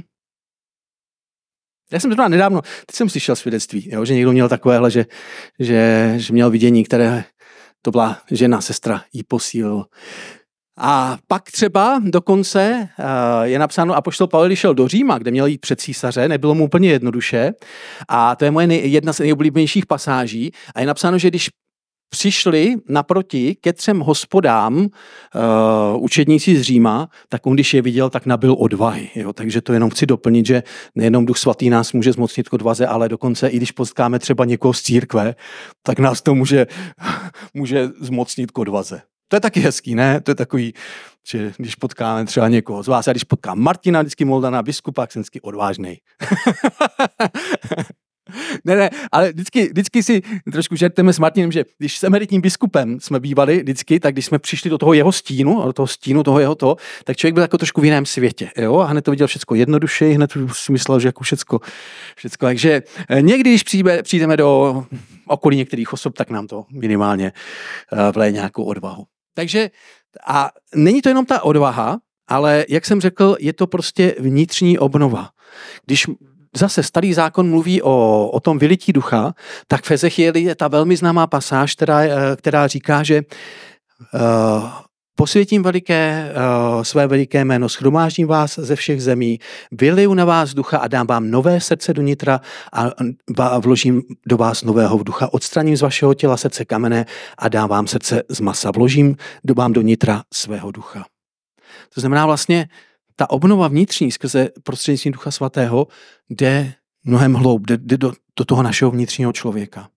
Já jsem to nedávno, teď jsem slyšel svědectví, jo, že někdo měl takovéhle, že, že, že měl vidění, které to byla žena, sestra, jí posílil. A pak třeba dokonce je napsáno, apoštol Pavel, když šel do Říma, kde měl jít před císaře, nebylo mu úplně jednoduše. A to je moje nej, jedna z nejoblíbenějších pasáží. A je napsáno, že když přišli naproti ke třem hospodám uh, učedníci z Říma, tak on, když je viděl, tak nabyl odvahy. Jo? Takže to jenom chci doplnit, že nejenom Duch Svatý nás může zmocnit k odvaze, ale dokonce i když potkáme třeba někoho z církve, tak nás to může, může zmocnit k odvaze. To je taky hezký, ne? To je takový, že když potkáme třeba někoho z vás, já když potkám Martina, vždycky Moldana, biskupa, jsem vždycky odvážnej. Ne, ne, ale vždycky, vždycky si trošku žerteme s Martinem, že když s emeritním biskupem jsme bývali vždycky, tak když jsme přišli do toho jeho stínu, do toho stínu toho jeho to, tak člověk byl jako trošku v jiném světě, jo, a hned to viděl všechno jednodušeji, hned si myslel, že jako všecko, všecko. Takže někdy, když přijde, přijdeme do okolí některých osob, tak nám to minimálně vleje nějakou odvahu. Takže a není to jenom ta odvaha, ale jak jsem řekl, je to prostě vnitřní obnova. Když zase starý zákon mluví o, o tom vylití ducha, tak v Ezechieli je ta velmi známá pasáž, která, která říká, že uh, posvětím veliké, uh, své veliké jméno, shromáždím vás ze všech zemí, vyliju na vás ducha a dám vám nové srdce do nitra a, a vložím do vás nového ducha. Odstraním z vašeho těla srdce kamenné a dám vám srdce z masa. Vložím do vám do nitra svého ducha. To znamená vlastně, ta obnova vnitřní skrze prostřednictvím Ducha Svatého jde mnohem hloub, jde, jde do, do toho našeho vnitřního člověka.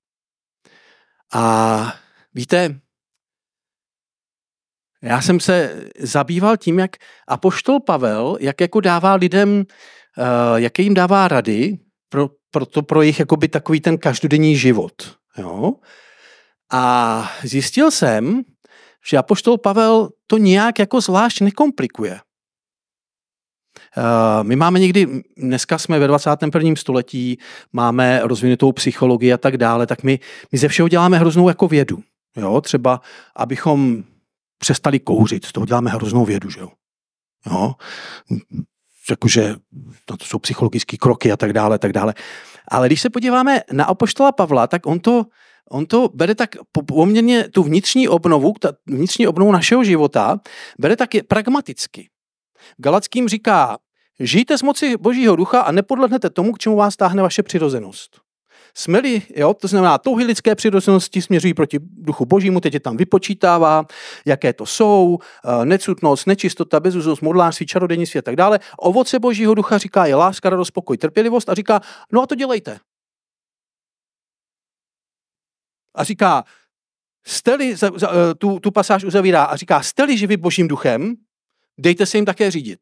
A víte, já jsem se zabýval tím, jak apoštol Pavel, jak jako dává lidem, uh, jaké jim dává rady pro, pro, to, pro jejich jakoby takový ten každodenní život. Jo? A zjistil jsem, že apoštol Pavel to nějak jako zvlášť nekomplikuje. My máme někdy, dneska jsme ve dvacátém prvním století, máme rozvinutou psychologii a tak dále, tak my, my ze všeho děláme hroznou jako vědu. Jo? Třeba, abychom přestali kouřit, z toho děláme hroznou vědu. Že jo? Jo? Jakože no to jsou psychologické kroky a tak dále, tak dále. Ale když se podíváme na apoštola Pavla, tak on to, on to bere tak poměrně tu vnitřní obnovu, ta vnitřní obnovu našeho života, bere tak pragmaticky. Galackým říká, žijte z moci Božího ducha a nepodlehnete tomu, k čemu vás táhne vaše přirozenost. Jsme-li, jo, to znamená, touhy lidské přirozenosti směřují proti duchu Božímu, teď je tam vypočítává, jaké to jsou, necutnost, nečistota, bezúznost, modlářství, čarodějnictví a tak dále. Ovoce Božího ducha říká je láska, radost, pokoj, trpělivost a říká, no a to dělejte. A říká, jste-li, tu, tu pasáž uzavírá a říká, jste-li živi Božím duchem, dejte se jim také řídit.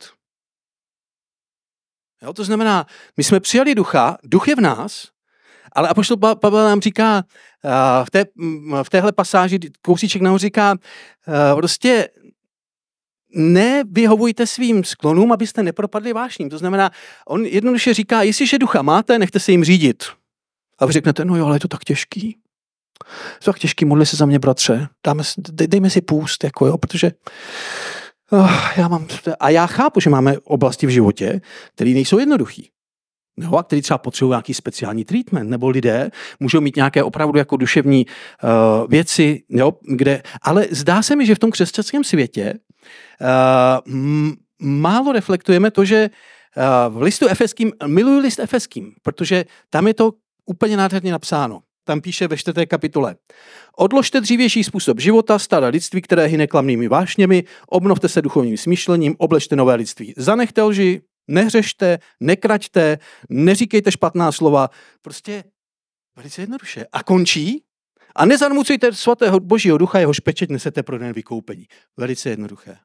Jo, to znamená, my jsme přijali ducha, duch je v nás, ale apoštol Pavel nám říká, v, té, v téhle pasáži, kousíček nám říká, prostě nevyhovujte svým sklonům, abyste nepropadli vášním. To znamená, on jednoduše říká, jestliže ducha máte, nechte se jim řídit. A vy řeknete, no jo, ale je to tak těžký. Je to tak těžký, modli se za mě, bratře. Dáme, dej, dejme si půst, jako jo, protože oh, já mám, a já chápu, že máme oblasti v životě, které nejsou jednoduchý. No, a který třeba potřebují nějaký speciální treatment, nebo lidé můžou mít nějaké opravdu jako duševní uh, věci, jo, kde, ale zdá se mi, že v tom křesťanském světě uh, m, málo reflektujeme to, že uh, v listu efeským, miluji list efeským, protože tam je to úplně nádherně napsáno. Tam píše ve čtvrté kapitole. Odložte dřívější způsob života, staré lidství, které hyne klamnými vášněmi, obnovte se duchovním smýšlením, obležte nové lidství. Zanechte lži, nehřešte, nekraťte, neříkejte špatná slova. Prostě velice jednoduše. A končí. A nezarmucujte svatého Božího ducha, jehož pečeť nesete pro den vykoupení. Velice jednoduché.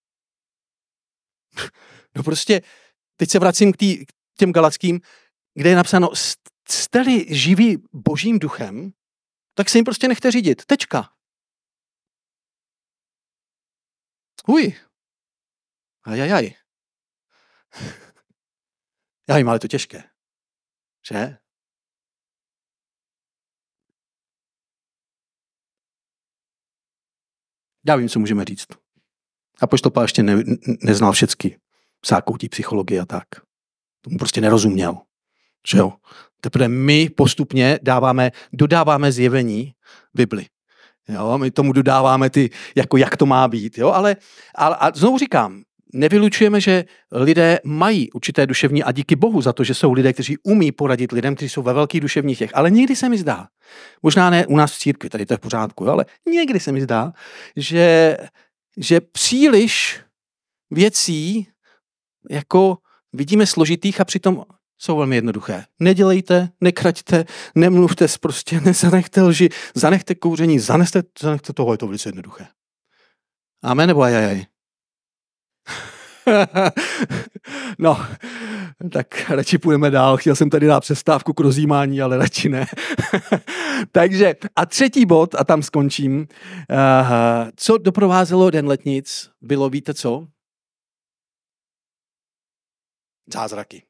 No prostě, teď se vracím k, tý, k těm Galackým, kde je napsáno, jste-li živí Božím duchem, tak se jim prostě nechte řídit. Tečka. Uj. Ajajaj. Já vím, ale to těžké. Že? Já vím, co můžeme říct. Apoštol Pavel ještě ne, neznal všechny zákoutí psychologie a tak. Tomu prostě nerozuměl. Že jo? Teprve my postupně dáváme, dodáváme zjevení Bibli. Jo? My tomu dodáváme ty, jako jak to má být. Jo? Ale, ale a znovu říkám, nevylučujeme, že lidé mají určité duševní a díky Bohu za to, že jsou lidé, kteří umí poradit lidem, kteří jsou ve velkých duševních těch. Ale někdy se mi zdá, možná ne u nás v církvi, tady to je v pořádku, jo? Ale někdy se mi zdá, že, že příliš věcí jako vidíme složitých a přitom jsou velmi jednoduché. Nedělejte, nekraťte, nemluvte prostě, nezanechte lži, zanechte kouření, zanechte, zanechte toho, je to velice jednoduché. Amen nebo ajajaj? No, tak radši půjdeme dál. Chtěl jsem tady dát přestávku k rozjímání, ale radši ne. Takže a třetí bod, a tam skončím. Uh, co doprovázelo Den letnic, bylo, víte co? Zázraky.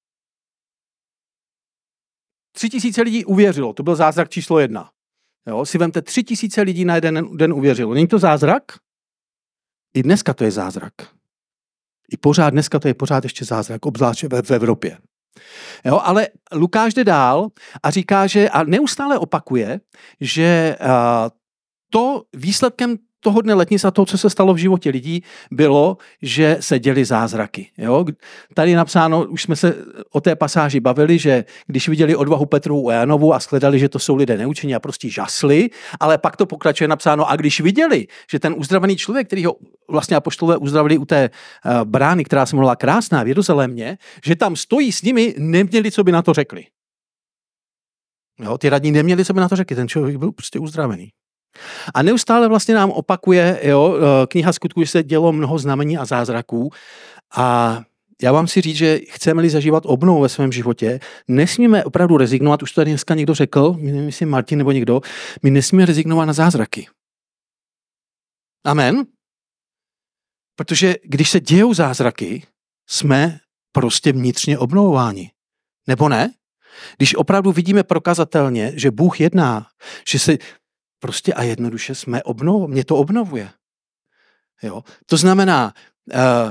Tři tisíce lidí uvěřilo, to byl zázrak číslo jedna. Jo, si vemte, tři tisíce lidí na jeden den uvěřilo. Není to zázrak? I dneska to je zázrak. I pořád, dneska to je pořád ještě zázrak, obzvláště v, v Evropě. Jo, ale Lukáš jde dál a říká, že a neustále opakuje, že uh, to výsledkem toho dne letnic a toho, co se stalo v životě lidí, bylo, že se děly zázraky. Jo? Tady je napsáno, už jsme se o té pasáži bavili, že když viděli odvahu Petru a Janovu a shledali, že to jsou lidé neučení a prostě žasli, ale pak to pokračuje napsáno, a když viděli, že ten uzdravený člověk, který ho vlastně apoštolové uzdravili u té uh, brány, která se mluvila krásná v Jeruzalémě, že tam stojí s nimi, neměli, co by na to řekli. Jo? Ty radní neměli, co by na to řekli, ten člověk byl prostě uzdravený. A neustále vlastně nám opakuje, jo, kniha Skutků, že se dělo mnoho znamení a zázraků. A já vám si říct, že chceme-li zažívat obnovu ve svém životě, nesmíme opravdu rezignovat, už to tady dneska někdo řekl, nevím, jestli Martin nebo někdo, my nesmíme rezignovat na zázraky. Amen? Protože když se dějou zázraky, jsme prostě vnitřně obnovováni. Nebo ne? Když opravdu vidíme prokazatelně, že Bůh jedná, že se prostě a jednoduše jsme obnovou, mě to obnovuje. Jo? To znamená, uh,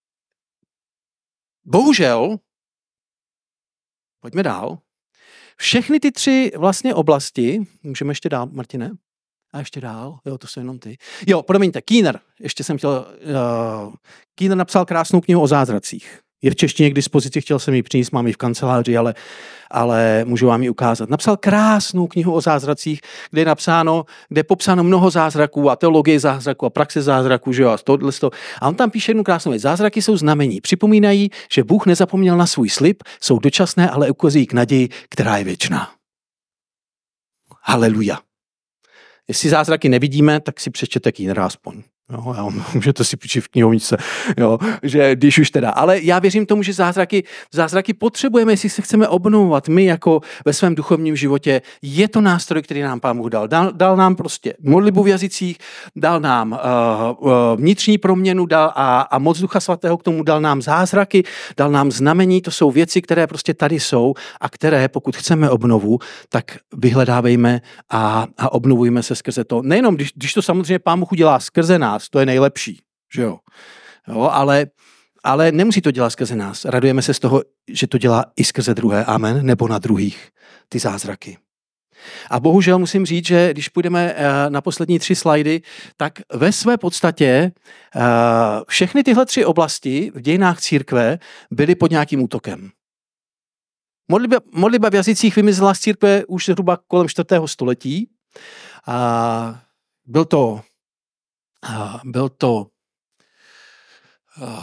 bohužel, pojďme dál, všechny ty tři vlastně oblasti, můžeme ještě dál, Martine? A ještě dál, jo, to jsou jenom ty. Jo, promiňte, Keener, ještě jsem chtěl, uh, Keener napsal krásnou knihu o zázracích. Je v češtině k dispozici, chtěl jsem ji přinést, mám ji v kanceláři, ale, ale můžu vám ji ukázat. Napsal krásnou knihu o zázracích, kde je napsáno, kde je popsáno mnoho zázraků a teologie zázraků a praxe zázraků, že jo, a tohle to. A on tam píše jednu krásnou věc. Zázraky jsou znamení. Připomínají, že Bůh nezapomněl na svůj slib, jsou dočasné, ale ukazují k naději, která je věčná. Haleluja. Jestli zázraky nevidíme, tak si přečtěte Keenera aspoň. Jo, můžete si půjčit v knihovničce, jo, že když už teda. Ale já věřím tomu, že zázraky, zázraky potřebujeme, jestli se chceme obnovovat. My jako ve svém duchovním životě, je to nástroj, který nám Pán Bůh dal. Dal, dal nám prostě modlitbu v jazycích, dal nám uh, uh, vnitřní proměnu dal a, a moc Ducha Svatého k tomu, dal nám zázraky, dal nám znamení. To jsou věci, které prostě tady jsou a které, pokud chceme obnovu, tak vyhledávejme a, a obnovujeme se skrze to. Nejenom, když, když to samozřejmě Pán Bůh udělá skrze nás, to je nejlepší, že jo. jo ale, ale nemusí to dělat skrze nás. Radujeme se z toho, že to dělá i skrze druhé, amen, nebo na druhých, ty zázraky. A bohužel musím říct, že když půjdeme na poslední tři slajdy, tak ve své podstatě všechny tyhle tři oblasti v dějinách církve byly pod nějakým útokem. Modlitba, modlitba v jazycích vymizela z církve už zhruba kolem čtvrtého století. A byl to Uh, byl to uh,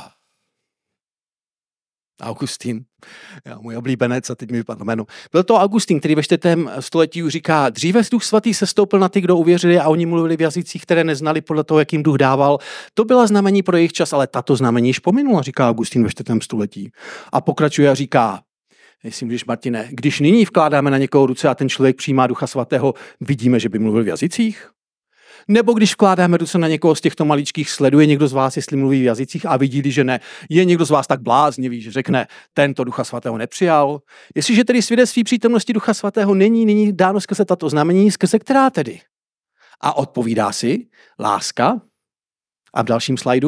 Augustín, já, můj oblíbenec, a teď mi vypadlo jméno. Byl to Augustín, který ve čtvrtém století už říká, dříve Duch Svatý sestoupil na ty, kdo uvěřili a oni mluvili v jazycích, které neznali podle toho, jak jim Duch dával. To byla znamení pro jejich čas, ale tato znamení již pominula, říká Augustín ve čtvrtém století. A pokračuje a říká, jestli můžeš, Martine, když nyní vkládáme na někoho ruce a ten člověk přijímá Ducha Svatého, vidíme, že by mluvil v jazycích? Nebo když vkládáme ruce na někoho z těchto maličkých, sleduje někdo z vás, jestli mluví v jazycích a vidí, že ne, je někdo z vás tak bláznivý, že řekne, tento Ducha Svatého nepřijal. Jestliže tedy svědectví přítomnosti Ducha Svatého není nyní dáno skrze tato znamení, skrze která tedy? A odpovídá si láska. A v dalším slajdu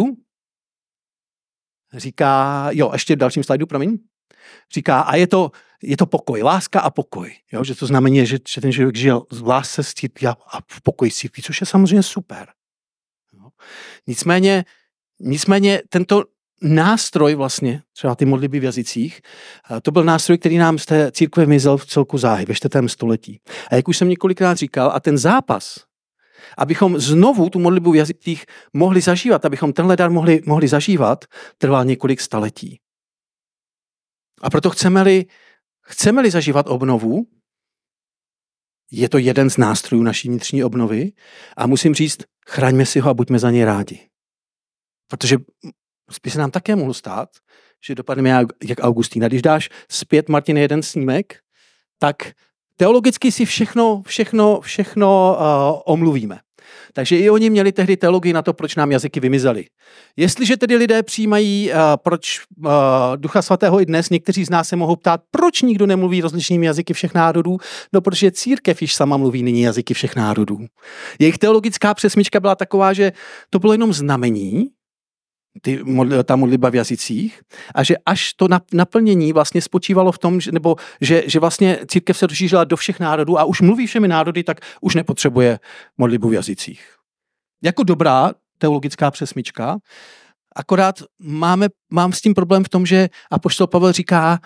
říká, jo, ještě v dalším slajdu, promiň, říká, a je to, je to pokoj, láska a pokoj. Jo? Že to znamená, že, že ten člověk žil v lásce s církví a v pokoji s církví, což je samozřejmě super. Jo? Nicméně, nicméně tento nástroj vlastně, třeba ty modlitby v jazycích, to byl nástroj, který nám z té církve vymizel v celku záhy ve čtvrtém století. A jak už jsem několikrát říkal, a ten zápas, abychom znovu tu modlitbu v jazycích mohli zažívat, abychom tenhle dar mohli, mohli zažívat, trval několik staletí. A proto chceme-li, chceme-li zažívat obnovu, je to jeden z nástrojů naší vnitřní obnovy a musím říct, chraňme si ho a buďme za něj rádi. Protože by se nám také mohlo stát, že dopadneme jak Augustína. Když dáš zpět, Martine, jeden snímek, tak teologicky si všechno, všechno, všechno uh, omluvíme. Takže i oni měli tehdy teologii na to, proč nám jazyky vymizely. Jestliže tedy lidé přijímají, uh, proč uh, Ducha Svatého i dnes, někteří z nás se mohou ptát, proč nikdo nemluví rozličnými jazyky všech národů, no protože církev již sama mluví nyní jazyky všech národů. Jejich teologická přesmička byla taková, že to bylo jenom znamení, ty, ta modlitba v jazycích, a že až to naplnění vlastně spočívalo v tom, že, nebo že, že vlastně církev se rozšířila do všech národů a už mluví všemi národy, tak už nepotřebuje modlitbu v jazycích. Jako dobrá teologická přesmička, akorát máme, mám s tím problém v tom, že apoštol Pavel říká,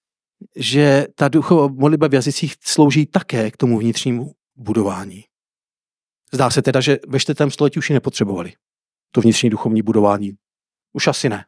že ta duchová modlitba v jazycích slouží také k tomu vnitřnímu budování. Zdá se teda, že ve čtvrtém století už ji nepotřebovali. To vnitřní duchovní budování. Už asi ne.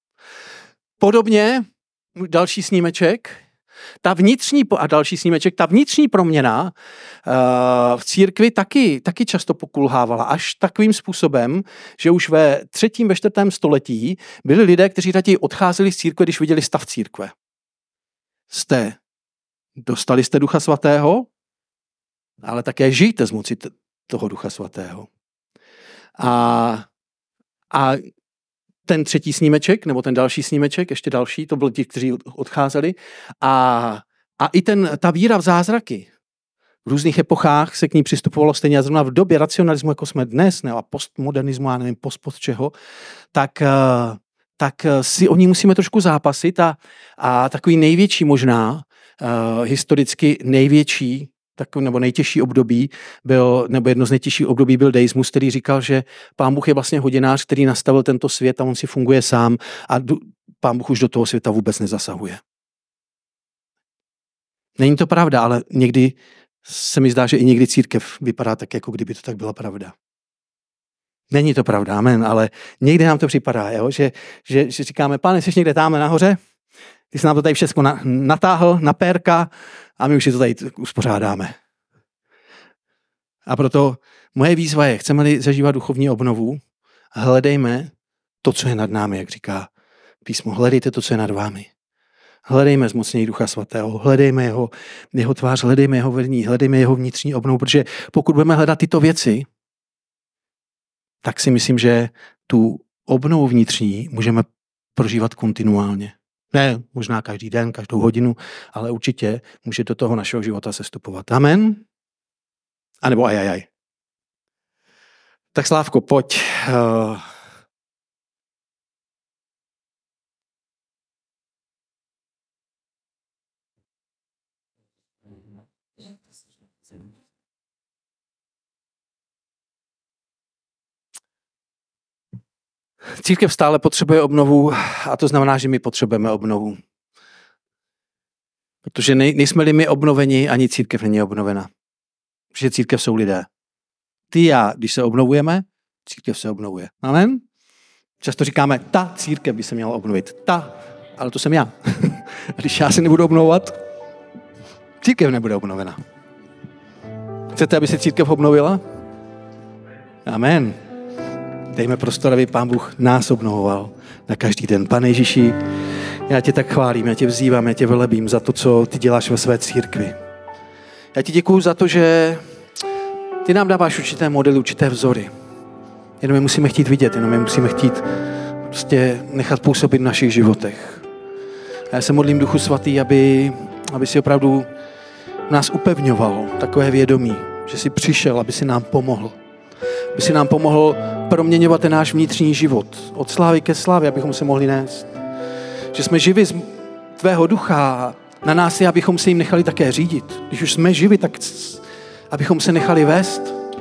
Podobně, další snímeček, ta vnitřní, a další snímeček, ta vnitřní proměna uh, v církvi taky, taky často pokulhávala. Až takovým způsobem, že už ve třetím, ve čtvrtém století byli lidé, kteří raději odcházeli z církve, když viděli stav církve. Jste, dostali jste Ducha Svatého, ale také žijte z moci t- toho Ducha Svatého. A, a ten třetí snímeček, nebo ten další snímeček, ještě další, to byli ti, kteří odcházeli. A, a i ten, ta víra v zázraky. V různých epochách se k ní přistupovalo stejně, a zrovna v době racionalismu, jako jsme dnes, ne, a postmodernismu, já nevím, post, post čeho, tak, tak si o ní musíme trošku zápasit a, a takový největší možná, uh, historicky největší, tak, nebo nejtěžší období byl, nebo jedno z nejtěžších období byl deismus, který říkal, že Pán Bůh je vlastně hodinář, který nastavil tento svět a on si funguje sám a du, Pán Bůh už do toho světa vůbec nezasahuje. Není to pravda, ale někdy se mi zdá, že i někdy církev vypadá tak, jako kdyby to tak byla pravda. Není to pravda, amen, ale někdy nám to připadá, jo? Že, že, že říkáme, Pane, jsi někde tamhle nahoře, ty jsi nám to tady všechno na, natáhl na pérka a my už si to tady uspořádáme. A proto moje výzva je, chceme-li zažívat duchovní obnovu, hledejme to, co je nad námi, jak říká písmo. Hledejte to, co je nad vámi. Hledejme zmocnění Ducha Svatého, hledejme jeho, jeho tvář, hledejme jeho vedení, hledejme jeho vnitřní obnovu, protože pokud budeme hledat tyto věci, tak si myslím, že tu obnovu vnitřní můžeme prožívat kontinuálně. Ne, možná každý den, každou hodinu, ale určitě může do toho našeho života sestupovat. Amen? A nebo aj, aj, aj. Tak Slávko, pojď. Uh... Církev stále potřebuje obnovu a to znamená, že my potřebujeme obnovu. Protože nejsme-li my obnoveni, ani církev není obnovena. Protože církev jsou lidé. Ty já, když se obnovujeme, církev se obnovuje. Amen? Často říkáme, ta církev by se měla obnovit. Ta, ale to jsem já. A když já se nebudu obnovovat, církev nebude obnovena. Chcete, aby se církev obnovila? Amen. Dejme prostor, aby Pán Bůh nás obnovoval na každý den. Pane Ježíši, já tě tak chválím, já tě vzývám, já tě velebím za to, co ty děláš ve své církvi. Já ti děkuju za to, že ty nám dáváš určité modely, určité vzory. Jenom je musíme chtít vidět, jenom je musíme chtít prostě nechat působit v našich životech. A já se modlím, Duchu Svatý, aby, aby si opravdu nás upevňoval takové vědomí, že jsi přišel, aby si nám pomohl. Aby si nám pomohl proměňovat ten náš vnitřní život. Od slávy ke slávě, abychom se mohli nést. Že jsme živi z tvého ducha. Na nás je, abychom se jim nechali také řídit. Když už jsme živi, tak abychom se nechali vést.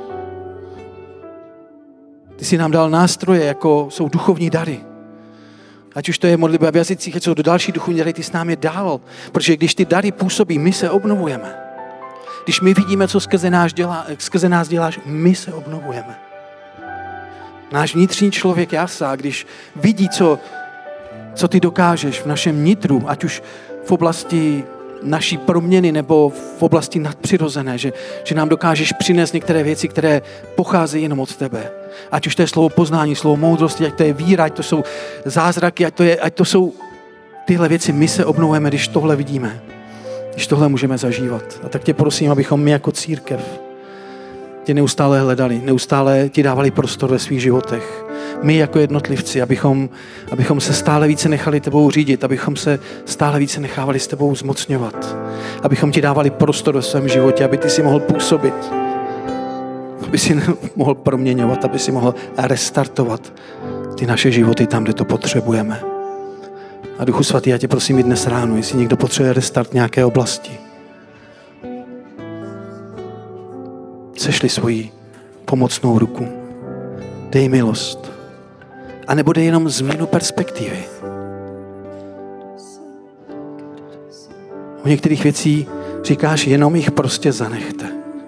Ty jsi nám dal nástroje, jako jsou duchovní dary. Ať už to je modlitba v jazycích, ať jsou do další duchovní dary, ty jsi nám je dal. Protože když ty dary působí, my se obnovujeme. Když my vidíme, co skrze nás, dělá, skrze nás děláš, my se obnovujeme. Náš vnitřní člověk jasá, když vidí, co, co ty dokážeš v našem nitru, ať už v oblasti naší proměny nebo v oblasti nadpřirozené, že, že nám dokážeš přinést některé věci, které pocházejí jenom od tebe. Ať už to je slovo poznání, slovo moudrosti, ať to je víra, ať to jsou zázraky, ať to, je, ať to jsou tyhle věci. My se obnovujeme, když tohle vidíme, když tohle můžeme zažívat. A tak tě prosím, abychom my jako církev tě neustále hledali, neustále ti dávali prostor ve svých životech. My jako jednotlivci, abychom, abychom se stále více nechali tebou řídit, abychom se stále více nechávali s tebou zmocňovat, abychom ti dávali prostor ve svém životě, aby ty si mohl působit, aby si mohl proměňovat, aby si mohl restartovat ty naše životy tam, kde to potřebujeme. A Duchu Svatý, já tě prosím i dnes ráno, jestli někdo potřebuje restart nějaké oblasti, sešli svoji pomocnou ruku. Dej milost. A nebo dej jenom změnu perspektivy. U některých věcí říkáš, jenom jich prostě zanechte.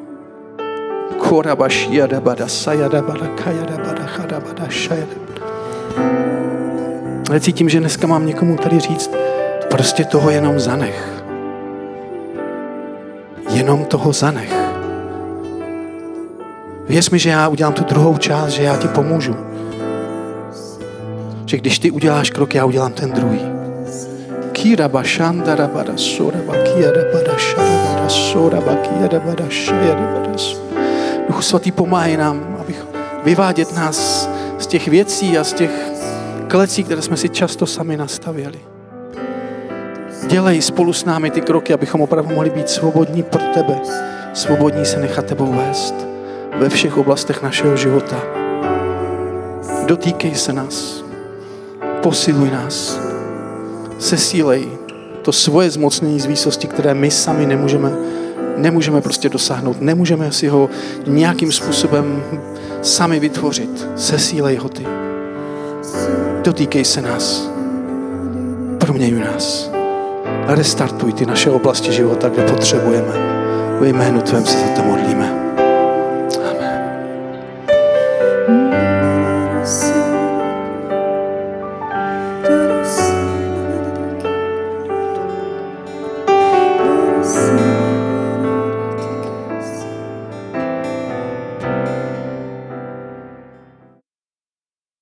Ale cítím, že dneska mám někomu tady říct, prostě toho jenom zanech. Jenom toho zanech. Věř mi, že já udělám tu druhou část, že já ti pomůžu. Že když ty uděláš krok, já udělám ten druhý. Duchu Svatý, pomáhej nám, abych vyvádět nás z těch věcí a z těch klecí, které jsme si často sami nastavěli. Dělej spolu s námi ty kroky, abychom opravdu mohli být svobodní pro tebe. Svobodní se nechat tebou vést ve všech oblastech našeho života. Dotýkej se nás. Posiluj nás. Sesílej to svoje zmocnění z výsosti, které my sami nemůžeme, nemůžeme prostě dosáhnout. Nemůžeme si ho nějakým způsobem sami vytvořit. Sesílej ho ty. Dotýkej se nás. Proměňuj nás. Restartuj ty naše oblasti života, kde potřebujeme. Ve jménu tvém se za to modlíme.